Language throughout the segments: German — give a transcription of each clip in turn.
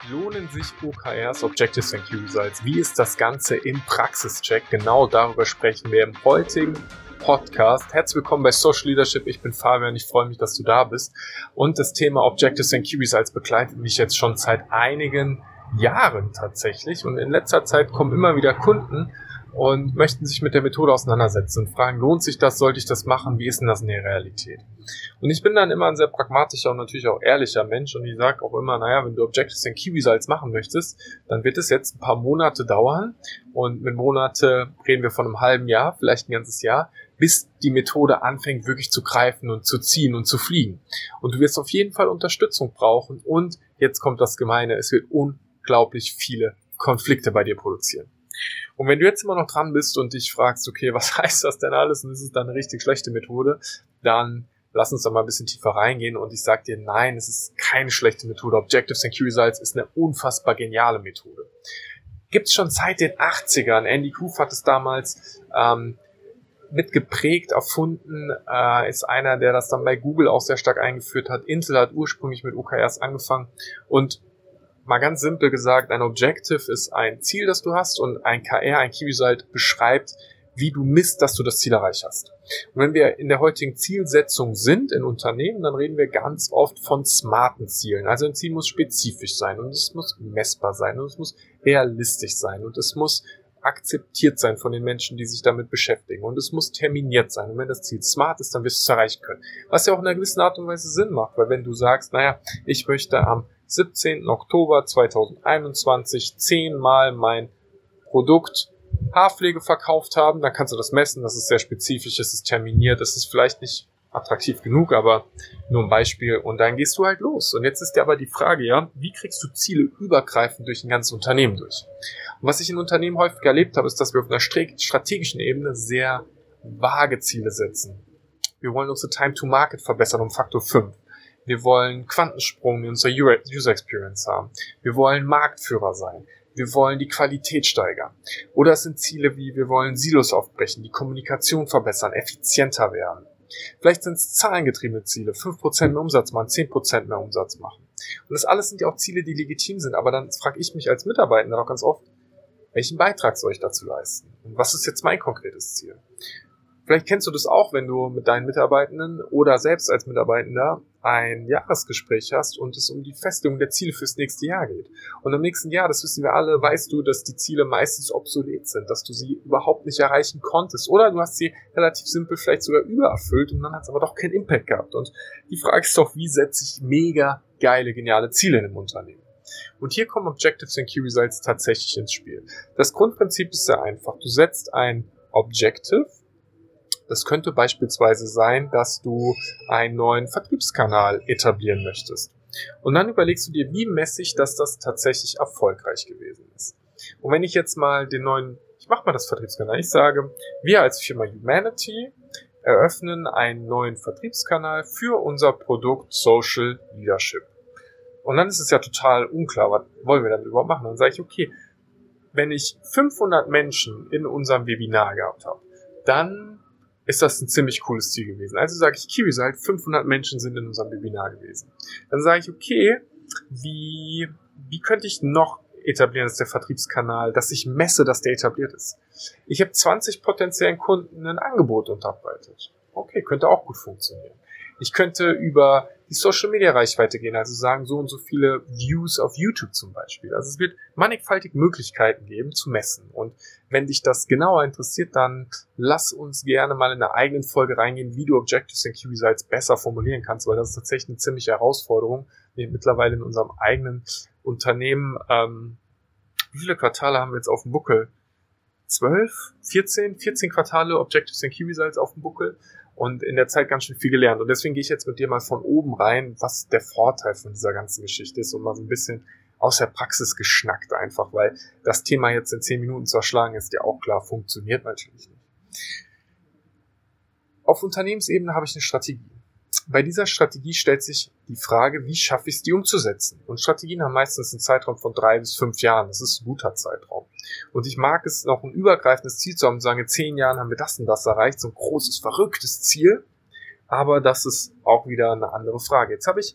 Lohnen sich OKRs, Objectives and Key Results? Wie ist das Ganze im Praxischeck? Genau darüber sprechen wir im heutigen Podcast. Herzlich willkommen bei Social Leadership. Ich bin Fabian. Ich freue mich, dass du da bist. Und das Thema Objectives and Key Results begleitet mich jetzt schon seit einigen Jahren tatsächlich. Und in letzter Zeit kommen immer wieder Kunden und möchten sich mit der Methode auseinandersetzen und fragen, lohnt sich das, sollte ich das machen, wie ist denn das in der Realität? Und ich bin dann immer ein sehr pragmatischer und natürlich auch ehrlicher Mensch und ich sage auch immer, wenn du Objectives and Key Results machen möchtest, dann wird es jetzt ein paar Monate dauern und mit Monate reden wir von einem halben Jahr, vielleicht ein ganzes Jahr, bis die Methode anfängt wirklich zu greifen und zu ziehen und zu fliegen. Und du wirst auf jeden Fall Unterstützung brauchen und jetzt kommt das Gemeine, es wird unglaublich viele Konflikte bei dir produzieren. Und wenn du jetzt immer noch dran bist und dich fragst, okay, was heißt das denn alles und ist es dann eine richtig schlechte Methode, dann lass uns da mal ein bisschen tiefer reingehen und ich sag dir, nein, es ist keine schlechte Methode. Objectives and Key Results ist eine unfassbar geniale Methode. Gibt's schon seit den 80ern. Andy Grove hat es damals mitgeprägt, erfunden, ist einer, der das dann bei Google auch sehr stark eingeführt hat. Intel hat ursprünglich mit OKRs angefangen und mal ganz simpel gesagt, ein Objective ist ein Ziel, das du hast und ein KR, ein Key Result, beschreibt, wie du misst, dass du das Ziel erreicht hast. Und wenn wir in der heutigen Zielsetzung sind in Unternehmen, dann reden wir ganz oft von smarten Zielen. Also ein Ziel muss spezifisch sein und es muss messbar sein und es muss realistisch sein und es muss akzeptiert sein von den Menschen, die sich damit beschäftigen und es muss terminiert sein. Und wenn das Ziel smart ist, dann wirst du es erreichen können. Was ja auch in einer gewissen Art und Weise Sinn macht, weil wenn du sagst, ich möchte am 17. Oktober 2021 10-mal mein Produkt Haarpflege verkauft haben, dann kannst du das messen, das ist sehr spezifisch, es ist terminiert, es ist vielleicht nicht attraktiv genug, aber nur ein Beispiel und dann gehst du halt los. Und jetzt ist dir aber die Frage, wie kriegst du Ziele übergreifend durch ein ganzes Unternehmen durch? Und was ich in Unternehmen häufig erlebt habe, ist, dass wir auf einer strategischen Ebene sehr vage Ziele setzen. Wir wollen unsere Time to Market verbessern um Faktor 5. Wir wollen Quantensprung in unserer User Experience haben. Wir wollen Marktführer sein. Wir wollen die Qualität steigern. Oder es sind Ziele wie, wir wollen Silos aufbrechen, die Kommunikation verbessern, effizienter werden. Vielleicht sind es zahlengetriebene Ziele, 5% mehr Umsatz machen, 10% mehr Umsatz machen. Und das alles sind ja auch Ziele, die legitim sind. Aber dann frage ich mich als Mitarbeitender auch ganz oft, welchen Beitrag soll ich dazu leisten? Und was ist jetzt mein konkretes Ziel? Vielleicht kennst du das auch, wenn du mit deinen Mitarbeitenden oder selbst als Mitarbeitender ein Jahresgespräch hast und es um die Festlegung der Ziele fürs nächste Jahr geht. Und im nächsten Jahr, das wissen wir alle, weißt du, dass die Ziele meistens obsolet sind, dass du sie überhaupt nicht erreichen konntest. Oder du hast sie relativ simpel vielleicht sogar übererfüllt und dann hat es aber doch keinen Impact gehabt. Und die Frage ist doch, wie setze ich mega geile, geniale Ziele in einem Unternehmen? Und hier kommen Objectives and Key Results tatsächlich ins Spiel. Das Grundprinzip ist sehr einfach. Du setzt ein Objective. Das könnte beispielsweise sein, dass du einen neuen Vertriebskanal etablieren möchtest. Und dann überlegst du dir, wie messe ich, dass das tatsächlich erfolgreich gewesen ist. Und wenn ich jetzt mal ich mache mal das Vertriebskanal. Ich sage, wir als Firma Humanity eröffnen einen neuen Vertriebskanal für unser Produkt Social Leadership. Und dann ist es ja total unklar, was wollen wir damit überhaupt machen. Dann sage ich, okay, wenn ich 500 Menschen in unserem Webinar gehabt habe, dann ist das ein ziemlich cooles Ziel gewesen. Also sage ich, Key Result, 500 Menschen sind in unserem Webinar gewesen. Dann sage ich, okay, wie könnte ich noch etablieren, dass der Vertriebskanal, dass ich messe, dass der etabliert ist. Ich habe 20 potenziellen Kunden ein Angebot unterbreitet. Okay, könnte auch gut funktionieren. Ich könnte über die Social-Media-Reichweite gehen, also sagen, so und so viele Views auf YouTube zum Beispiel. Also es wird mannigfaltig Möglichkeiten geben zu messen. Und wenn dich das genauer interessiert, dann lass uns gerne mal in einer eigenen Folge reingehen, wie du Objectives and Key Results besser formulieren kannst, weil das ist tatsächlich eine ziemliche Herausforderung. Wir haben mittlerweile in unserem eigenen Unternehmen, wie viele Quartale haben wir jetzt auf dem Buckel? 12, 14 Quartale Objectives and Key Results auf dem Buckel. Und in der Zeit ganz schön viel gelernt. Und deswegen gehe ich jetzt mit dir mal von oben rein, was der Vorteil von dieser ganzen Geschichte ist und mal so ein bisschen aus der Praxis geschnackt einfach, weil das Thema jetzt in 10 Minuten zu erschlagen ist ja auch klar, funktioniert natürlich nicht. Auf Unternehmensebene habe ich eine Strategie. Bei dieser Strategie stellt sich die Frage, wie schaffe ich es, die umzusetzen? Und Strategien haben meistens einen Zeitraum von 3 bis 5 Jahren. Das ist ein guter Zeitraum. Und ich mag es, noch ein übergreifendes Ziel zu haben und sagen, in 10 Jahren haben wir das und das erreicht. So ein großes, verrücktes Ziel. Aber das ist auch wieder eine andere Frage. Jetzt habe ich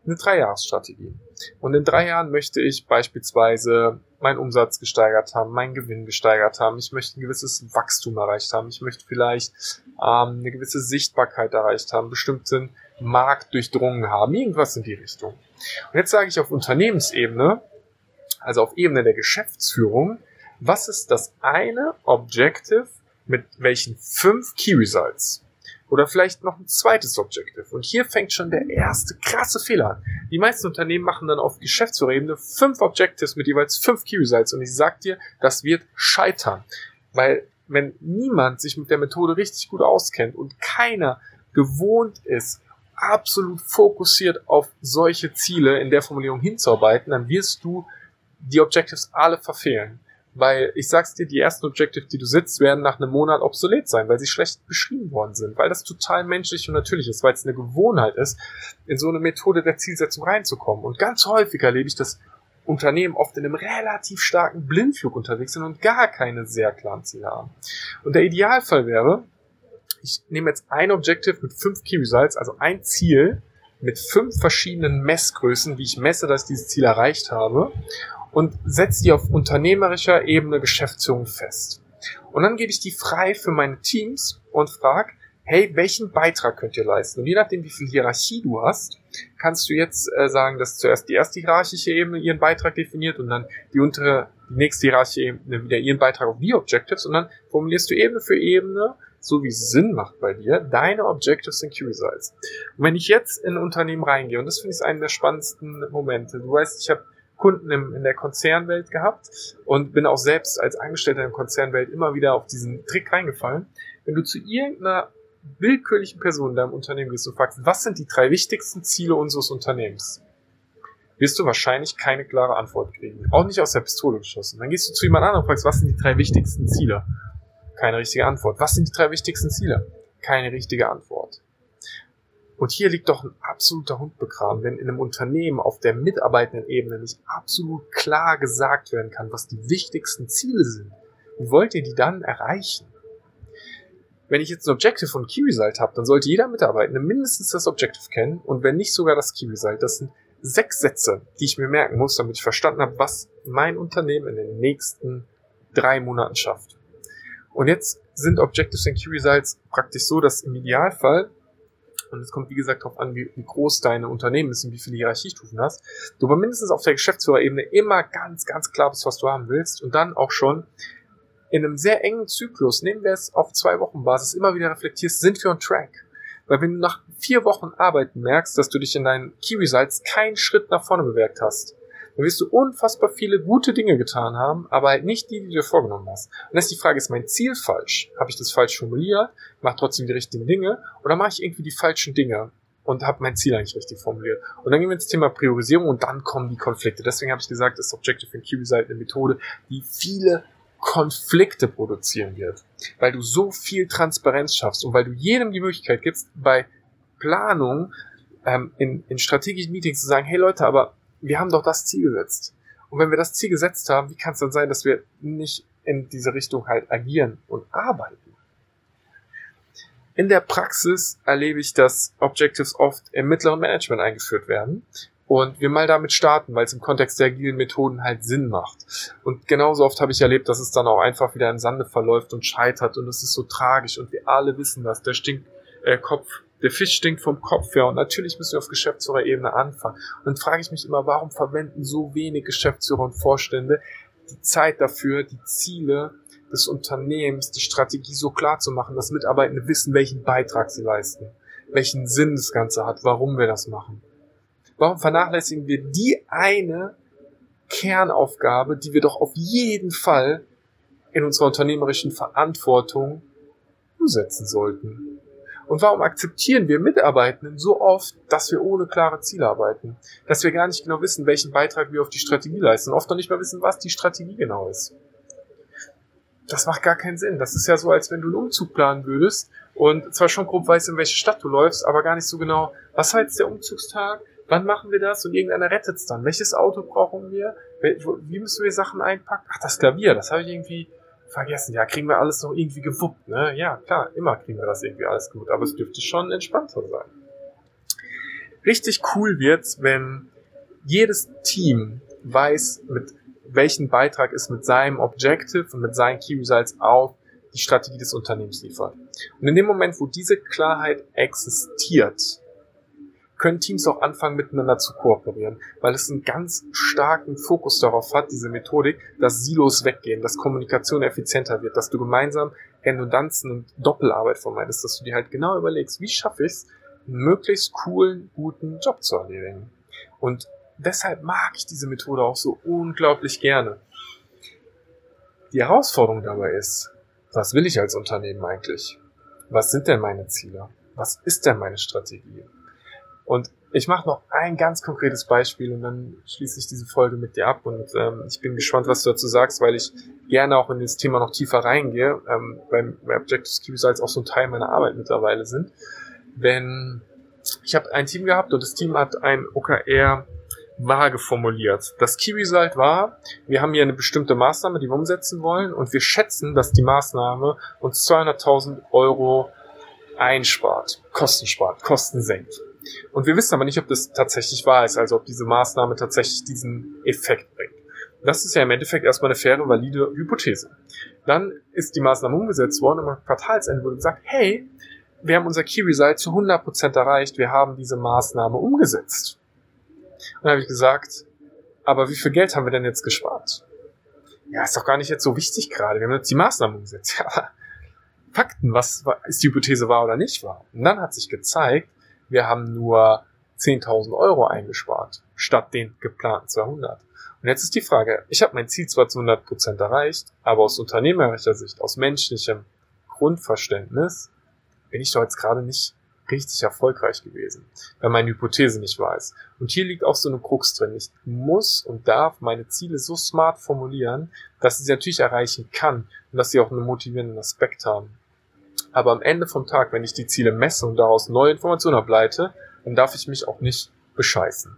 eine 3-Jahres-Strategie. Und in 3 Jahren möchte ich beispielsweise meinen Umsatz gesteigert haben, meinen Gewinn gesteigert haben. Ich möchte ein gewisses Wachstum erreicht haben. Ich möchte vielleicht eine gewisse Sichtbarkeit erreicht haben, bestimmten Markt durchdrungen haben, irgendwas in die Richtung. Und jetzt sage ich auf Unternehmensebene, also auf Ebene der Geschäftsführung, was ist das eine Objective mit welchen 5 Key Results? Oder vielleicht noch ein zweites Objective. Und hier fängt schon der erste krasse Fehler an. Die meisten Unternehmen machen dann auf Geschäftsführerebene 5 Objectives mit jeweils 5 Key Results. Und ich sag dir, das wird scheitern. Weil wenn niemand sich mit der Methode richtig gut auskennt und keiner gewohnt ist, absolut fokussiert auf solche Ziele in der Formulierung hinzuarbeiten, dann wirst du die Objectives alle verfehlen. Weil, ich sag's dir, die ersten Objectives, die du setzt, werden nach einem Monat obsolet sein, weil sie schlecht beschrieben worden sind, weil das total menschlich und natürlich ist, weil es eine Gewohnheit ist, in so eine Methode der Zielsetzung reinzukommen. Und ganz häufig erlebe ich, dass Unternehmen oft in einem relativ starken Blindflug unterwegs sind und gar keine sehr klaren Ziele haben. Und der Idealfall wäre, ich nehme jetzt ein Objective mit 5 Key Results, also ein Ziel mit 5 verschiedenen Messgrößen, wie ich messe, dass ich dieses Ziel erreicht habe, und setze die auf unternehmerischer Ebene Geschäftsführung fest. Und dann gebe ich die frei für meine Teams und frage, hey, welchen Beitrag könnt ihr leisten? Und je nachdem, wie viel Hierarchie du hast, kannst du jetzt sagen, dass zuerst die erste hierarchische Ebene ihren Beitrag definiert und dann die nächste hierarchische Ebene wieder ihren Beitrag auf die Objectives, und dann formulierst du Ebene für Ebene, so wie es Sinn macht bei dir, deine Objectives und Key Results. Und wenn ich jetzt in ein Unternehmen reingehe, und das finde ich einen der spannendsten Momente, du weißt, ich habe Kunden in der Konzernwelt gehabt und bin auch selbst als Angestellter in der Konzernwelt immer wieder auf diesen Trick reingefallen. Wenn du zu irgendeiner willkürlichen Person in deinem Unternehmen gehst und fragst, was sind die 3 wichtigsten Ziele unseres Unternehmens, wirst du wahrscheinlich keine klare Antwort kriegen. Auch nicht aus der Pistole geschossen. Dann gehst du zu jemand anderem und fragst, was sind die 3 wichtigsten Ziele? Keine richtige Antwort. Was sind die 3 wichtigsten Ziele? Keine richtige Antwort. Und hier liegt doch ein absoluter Hund begraben, wenn in einem Unternehmen auf der mitarbeitenden Ebene nicht absolut klar gesagt werden kann, was die wichtigsten Ziele sind. Wie wollt ihr die dann erreichen? Wenn ich jetzt ein Objective und ein Key Result habe, dann sollte jeder Mitarbeitende mindestens das Objective kennen und wenn nicht sogar das Key Result. Das sind 6 Sätze, die ich mir merken muss, damit ich verstanden habe, was mein Unternehmen in den nächsten 3 Monaten schafft. Und jetzt sind Objectives und Key Results praktisch so, dass im Idealfall, und es kommt wie gesagt darauf an, wie groß deine Unternehmen ist und wie viele Hierarchiestufen hast, du aber mindestens auf der Geschäftsführerebene immer ganz, ganz klar bist, was du haben willst und dann auch schon in einem sehr engen Zyklus, nehmen wir es auf 2 Wochen Basis, immer wieder reflektierst, sind wir on track. Weil wenn du nach 4 Wochen Arbeiten merkst, dass du dich in deinen Key Results keinen Schritt nach vorne bewegt hast, dann wirst du unfassbar viele gute Dinge getan haben, aber halt nicht die du dir vorgenommen hast. Und jetzt die Frage, ist mein Ziel falsch? Habe ich das falsch formuliert? Mache trotzdem die richtigen Dinge? Oder mache ich irgendwie die falschen Dinge und habe mein Ziel eigentlich richtig formuliert? Und dann gehen wir ins Thema Priorisierung und dann kommen die Konflikte. Deswegen habe ich gesagt, ist Objective and Key Result eine Methode, die viele Konflikte produzieren wird. Weil du so viel Transparenz schaffst und weil du jedem die Möglichkeit gibst, bei Planung in strategischen Meetings zu sagen, hey Leute, aber wir haben doch das Ziel gesetzt. Und wenn wir das Ziel gesetzt haben, wie kann es dann sein, dass wir nicht in diese Richtung halt agieren und arbeiten? In der Praxis erlebe ich, dass Objectives oft im mittleren Management eingeführt werden und wir mal damit starten, weil es im Kontext der agilen Methoden halt Sinn macht. Und genauso oft habe ich erlebt, dass es dann auch einfach wieder im Sande verläuft und scheitert und es ist so tragisch und wir alle wissen das. Der Fisch stinkt vom Kopf her und natürlich müssen wir auf Geschäftsführerebene anfangen. Und dann frage ich mich immer, warum verwenden so wenig Geschäftsführer und Vorstände die Zeit dafür, die Ziele des Unternehmens, die Strategie so klar zu machen, dass Mitarbeitende wissen, welchen Beitrag sie leisten, welchen Sinn das Ganze hat, warum wir das machen. Warum vernachlässigen wir die eine Kernaufgabe, die wir doch auf jeden Fall in unserer unternehmerischen Verantwortung umsetzen sollten? Und warum akzeptieren wir Mitarbeitenden so oft, dass wir ohne klare Ziele arbeiten? Dass wir gar nicht genau wissen, welchen Beitrag wir auf die Strategie leisten und oft noch nicht mal wissen, was die Strategie genau ist. Das macht gar keinen Sinn. Das ist ja so, als wenn du einen Umzug planen würdest und zwar schon grob weißt, in welche Stadt du läufst, aber gar nicht so genau, was war jetzt der Umzugstag, wann machen wir das und irgendeiner rettet es dann. Welches Auto brauchen wir? Wie müssen wir Sachen einpacken? Ach, das Klavier, das habe ich irgendwie vergessen. Ja, kriegen wir alles noch irgendwie gewuppt, ne? Ja, klar, immer kriegen wir das irgendwie alles gut, aber es dürfte schon entspannter sein. Richtig cool wird's, wenn jedes Team weiß, mit welchen Beitrag es mit seinem Objective und mit seinen Key Results auf die Strategie des Unternehmens liefert. Und in dem Moment, wo diese Klarheit existiert, können Teams auch anfangen, miteinander zu kooperieren, weil es einen ganz starken Fokus darauf hat, diese Methodik, dass Silos weggehen, dass Kommunikation effizienter wird, dass du gemeinsam Redundanzen und Doppelarbeit vermeidest, dass du dir halt genau überlegst, wie schaffe ich es, einen möglichst coolen, guten Job zu erledigen. Und deshalb mag ich diese Methode auch so unglaublich gerne. Die Herausforderung dabei ist, was will ich als Unternehmen eigentlich? Was sind denn meine Ziele? Was ist denn meine Strategie? Und ich mache noch ein ganz konkretes Beispiel und dann schließe ich diese Folge mit dir ab und ich bin gespannt, was du dazu sagst, weil ich gerne auch in das Thema noch tiefer reingehe, weil Objectives Key Results auch so ein Teil meiner Arbeit mittlerweile sind. Wenn ich habe ein Team gehabt und das Team hat ein OKR vage formuliert. Das Key Result war, wir haben hier eine bestimmte Maßnahme, die wir umsetzen wollen und wir schätzen, dass die Maßnahme uns 200.000 Euro einspart, Kosten senkt. Und wir wissen aber nicht, ob das tatsächlich wahr ist, also ob diese Maßnahme tatsächlich diesen Effekt bringt. Das ist ja im Endeffekt erstmal eine faire, valide Hypothese. Dann ist die Maßnahme umgesetzt worden und am Quartalsende wurde gesagt, hey, wir haben unser Key Result zu 100% erreicht, wir haben diese Maßnahme umgesetzt. Und dann habe ich gesagt, aber wie viel Geld haben wir denn jetzt gespart? Ja, ist doch gar nicht jetzt so wichtig gerade, wir haben jetzt die Maßnahme umgesetzt. Ja, aber Fakten, was ist die Hypothese wahr oder nicht wahr? Und dann hat sich gezeigt, wir haben nur 10.000 Euro eingespart, statt den geplanten 200. Und jetzt ist die Frage, ich habe mein Ziel zwar zu 100% erreicht, aber aus unternehmerischer Sicht, aus menschlichem Grundverständnis, bin ich doch jetzt gerade nicht richtig erfolgreich gewesen, weil meine Hypothese nicht wahr ist. Und hier liegt auch so eine Krux drin. Ich muss und darf meine Ziele so smart formulieren, dass ich sie natürlich erreichen kann und dass sie auch einen motivierenden Aspekt haben. Aber am Ende vom Tag, wenn ich die Ziele messe und daraus neue Informationen ableite, dann darf ich mich auch nicht bescheißen.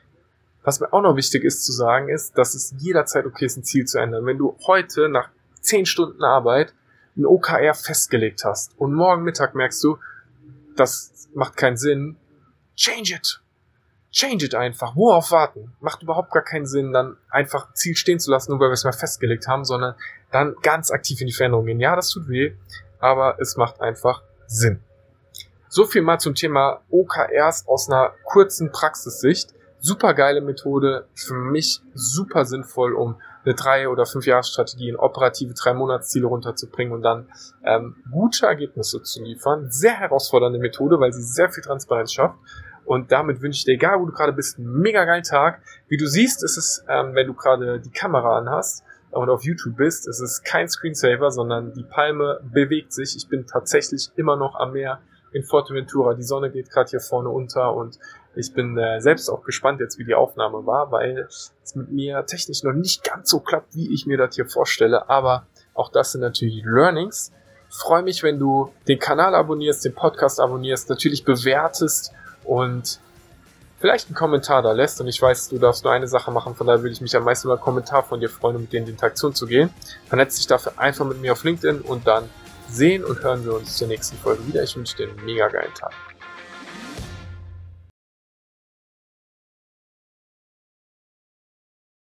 Was mir auch noch wichtig ist zu sagen, ist, dass es jederzeit okay ist, ein Ziel zu ändern. Wenn du heute nach 10 Stunden Arbeit ein OKR festgelegt hast und morgen Mittag merkst du, das macht keinen Sinn, change it. Change it einfach. Worauf warten? Macht überhaupt gar keinen Sinn, dann einfach ein Ziel stehen zu lassen, nur weil wir es mal festgelegt haben, sondern dann ganz aktiv in die Veränderung gehen. Ja, das tut weh, aber es macht einfach Sinn. So viel mal zum Thema OKRs aus einer kurzen Praxissicht. Super geile Methode, für mich super sinnvoll, um eine 3- oder 5-Jahres-Strategie in operative 3-Monatsziele runterzubringen und dann gute Ergebnisse zu liefern. Sehr herausfordernde Methode, weil sie sehr viel Transparenz schafft. Und damit wünsche ich dir, egal wo du gerade bist, einen mega geilen Tag. Wie du siehst, ist es, wenn du gerade die Kamera anhast und auf YouTube bist, ist es kein Screensaver, sondern die Palme bewegt sich. Ich bin tatsächlich immer noch am Meer in Fuerteventura. Die Sonne geht gerade hier vorne unter und ich bin selbst auch gespannt jetzt, wie die Aufnahme war, weil es mit mir technisch noch nicht ganz so klappt, wie ich mir das hier vorstelle. Aber auch das sind natürlich Learnings. Ich freue mich, wenn du den Kanal abonnierst, den Podcast abonnierst, natürlich bewertest und vielleicht einen Kommentar da lässt. Und ich weiß, du darfst nur eine Sache machen, von daher würde ich mich am meisten über einen Kommentar von dir freuen, um mit dir in die Interaktion zu gehen. Vernetz dich dafür einfach mit mir auf LinkedIn und dann sehen und hören wir uns zur nächsten Folge wieder. Ich wünsche dir einen mega geilen Tag.